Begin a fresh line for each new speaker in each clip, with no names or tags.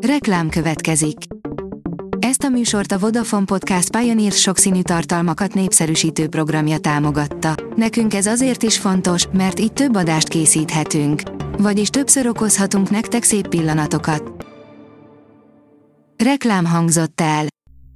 Reklám következik. Ezt a műsort a Vodafone Podcast Pioneer sokszínű tartalmakat népszerűsítő programja támogatta. Nekünk ez azért is fontos, mert így több adást készíthetünk. Vagyis többször okozhatunk nektek szép pillanatokat. Reklám hangzott el.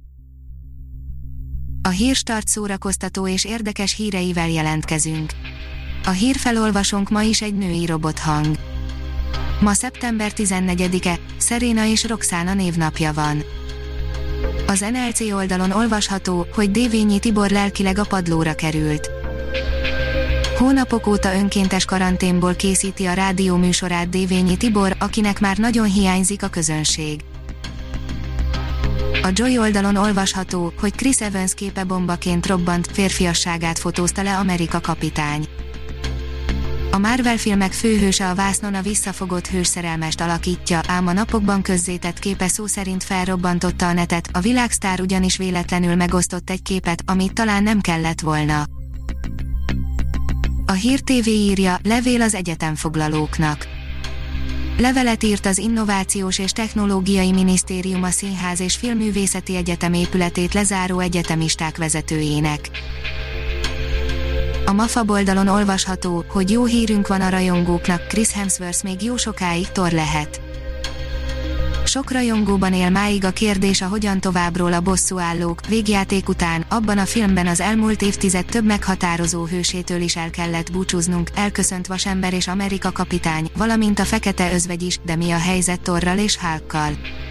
A Hírstart szórakoztató és érdekes híreivel jelentkezünk. A hírfelolvasónk ma is egy női robothang. Ma szeptember 14-e, Szeréna és Roxana névnapja van. Az NLC oldalon olvasható, hogy Dévényi Tibor lelkileg a padlóra került. Hónapok óta önkéntes karanténból készíti a rádióműsorát Dévényi Tibor, akinek már nagyon hiányzik a közönség. A Joy oldalon olvasható, hogy Chris Evans képe bombaként robbant, férfiasságát fotózta le Amerika kapitány. A Marvel filmek főhőse a vásznon a visszafogott hősszerelmest alakítja, ám a napokban közzétett képe szó szerint felrobbantotta a netet, a világsztár ugyanis véletlenül megosztott egy képet, amit talán nem kellett volna. A Hír TV írja, levél az egyetemfoglalóknak. Levelet írt az Innovációs és Technológiai Minisztérium a Színház és Filmművészeti Egyetem épületét lezáró egyetemisták vezetőjének. A MAFA oldalon olvasható, hogy jó hírünk van a rajongóknak, Chris Hemsworth még jó sokáig Thor lehet. Sok rajongóban él máig a kérdés a hogyan továbbról a bosszúállók végjáték után, abban a filmben az elmúlt évtized több meghatározó hősétől is el kellett búcsúznunk, elköszönt Vasember és Amerika kapitány, valamint a Fekete Özvegy is, de mi a helyzet Thorral és Hulkkal?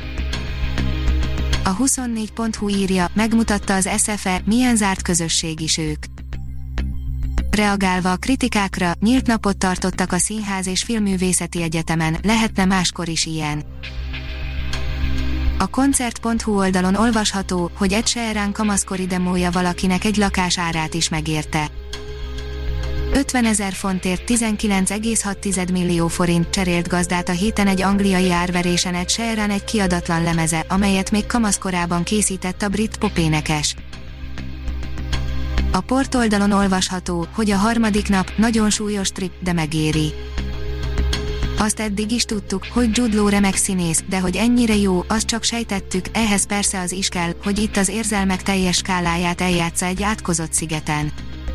A 24.hu írja, megmutatta az SFE, milyen zárt közösség is ők. Reagálva a kritikákra, nyílt napot tartottak a Színház és Filmművészeti Egyetemen, lehetne máskor is ilyen. A koncert.hu oldalon olvasható, hogy Ed Sheeran kamaszkori demója valakinek egy lakás árát is megérte. 50 000 fontért 19,6 millió forint cserélt gazdát a héten egy angliai árverésen Ed Sheeran egy kiadatlan lemeze, amelyet még kamaszkorában készített a brit popénekes. A Port oldalon olvasható, hogy a harmadik nap nagyon súlyos trip, de megéri. Azt eddig is tudtuk, hogy Jude Law remek színész, de hogy ennyire jó, azt csak sejtettük, ehhez persze az is kell, hogy itt az érzelmek teljes skáláját eljátsza egy átkozott szigeten.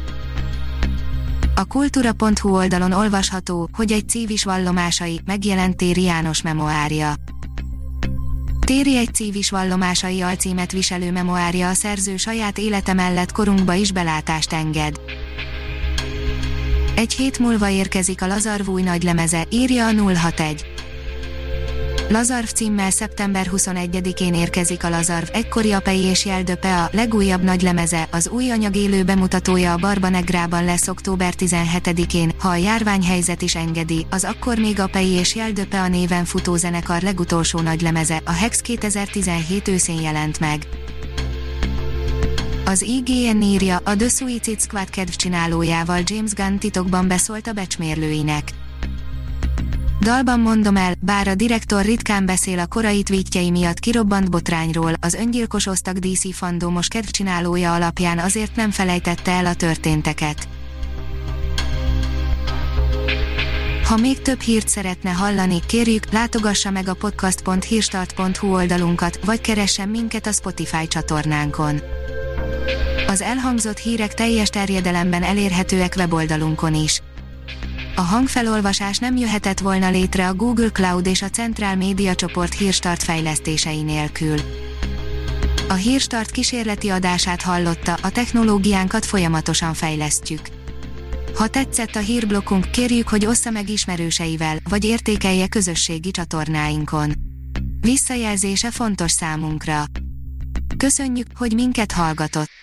A kultúra.hu oldalon olvasható, hogy egy cívis vallomásai, megjelent Téri János memoárja. Téri egy cívis vallomásai alcímet viselő memoárja a szerző saját élete mellett korunkba is belátást enged. Egy hét múlva érkezik a Lazarv új nagylemeze, írja a 061. Lazarv címmel szeptember 21-én érkezik a Lazarv, egykori Apei és Jeldöpe a legújabb nagylemeze, az új anyag élő bemutatója a Barba Negrában lesz október 17-én, ha a járványhelyzet is engedi, az akkor még Apei és Jeldöpe a néven futó zenekar legutolsó nagylemeze, a Hex 2017 őszén jelent meg. Az IGN írja, a The Suicide Squad kedvcsinálójával James Gunn titokban beszólt a becsmérlőinek. Dalban mondom el, bár a direktor ritkán beszél a korai tweetjei miatt kirobbant botrányról, az öngyilkos osztag DC fandomos kedvcsinálója alapján azért nem felejtette el a történteket. Ha még több hírt szeretne hallani, kérjük, látogassa meg a podcast.hírstart.hu oldalunkat, vagy keressen minket a Spotify csatornánkon. Az elhangzott hírek teljes terjedelemben elérhetőek weboldalunkon is. A hangfelolvasás nem jöhetett volna létre a Google Cloud és a Centrál Média csoport Hírstart fejlesztései nélkül. A Hírstart kísérleti adását hallotta, a technológiánkat folyamatosan fejlesztjük. Ha tetszett a hírblokkunk, kérjük, hogy ossza meg ismerőseivel, vagy értékelje közösségi csatornáinkon. Visszajelzése fontos számunkra. Köszönjük, hogy minket hallgatott!